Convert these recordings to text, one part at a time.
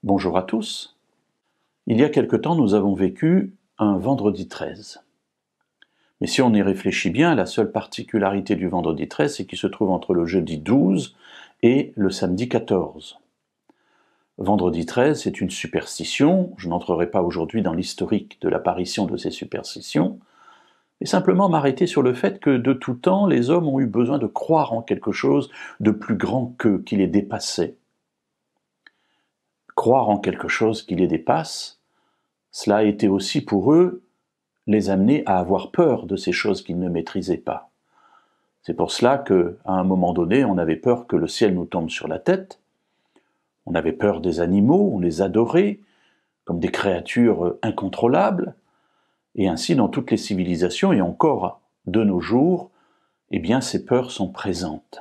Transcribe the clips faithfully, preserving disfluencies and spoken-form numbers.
Bonjour à tous. Il y a quelque temps, nous avons vécu un vendredi treize. Mais si on y réfléchit bien, la seule particularité du vendredi treize, c'est qu'il se trouve entre le jeudi douze et le samedi quatorze. Vendredi treize, c'est une superstition. Je n'entrerai pas aujourd'hui dans l'historique de l'apparition de ces superstitions, mais simplement m'arrêter sur le fait que de tout temps, les hommes ont eu besoin de croire en quelque chose de plus grand qu'eux, qui les dépassait. Croire en quelque chose qui les dépasse, cela a été aussi pour eux les amener à avoir peur de ces choses qu'ils ne maîtrisaient pas. C'est pour cela qu'à un moment donné, on avait peur que le ciel nous tombe sur la tête, on avait peur des animaux, on les adorait comme des créatures incontrôlables, et ainsi dans toutes les civilisations, et encore de nos jours, eh bien ces peurs sont présentes.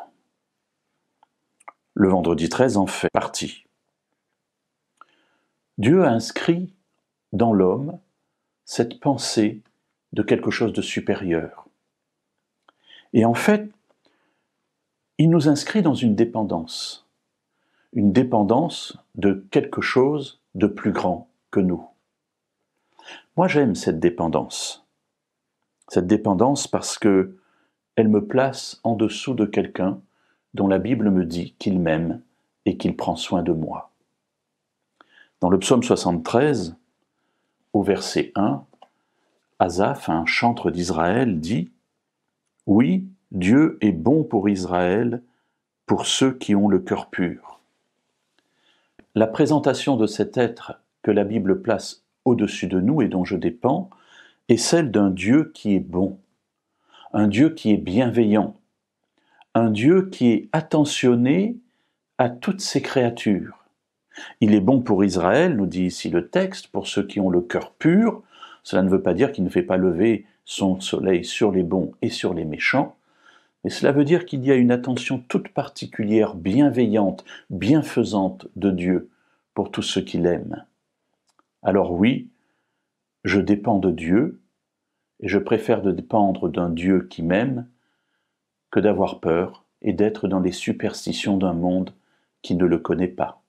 Le vendredi treize en fait partie. Dieu a inscrit dans l'homme cette pensée de quelque chose de supérieur. Et en fait, il nous inscrit dans une dépendance, une dépendance de quelque chose de plus grand que nous. Moi, j'aime cette dépendance. Cette dépendance parce que elle me place en dessous de quelqu'un dont la Bible me dit qu'il m'aime et qu'il prend soin de moi. Dans le psaume soixante-treize, au verset un, Asaph, un chantre d'Israël, dit « Oui, Dieu est bon pour Israël, pour ceux qui ont le cœur pur. » La présentation de cet être que la Bible place au-dessus de nous et dont je dépends est celle d'un Dieu qui est bon, un Dieu qui est bienveillant, un Dieu qui est attentionné à toutes ses créatures. Il est bon pour Israël, nous dit ici le texte, pour ceux qui ont le cœur pur. Cela ne veut pas dire qu'il ne fait pas lever son soleil sur les bons et sur les méchants, mais cela veut dire qu'il y a une attention toute particulière, bienveillante, bienfaisante de Dieu pour tous ceux qui l'aiment. Alors oui, je dépends de Dieu, et je préfère de dépendre d'un Dieu qui m'aime que d'avoir peur et d'être dans les superstitions d'un monde qui ne le connaît pas.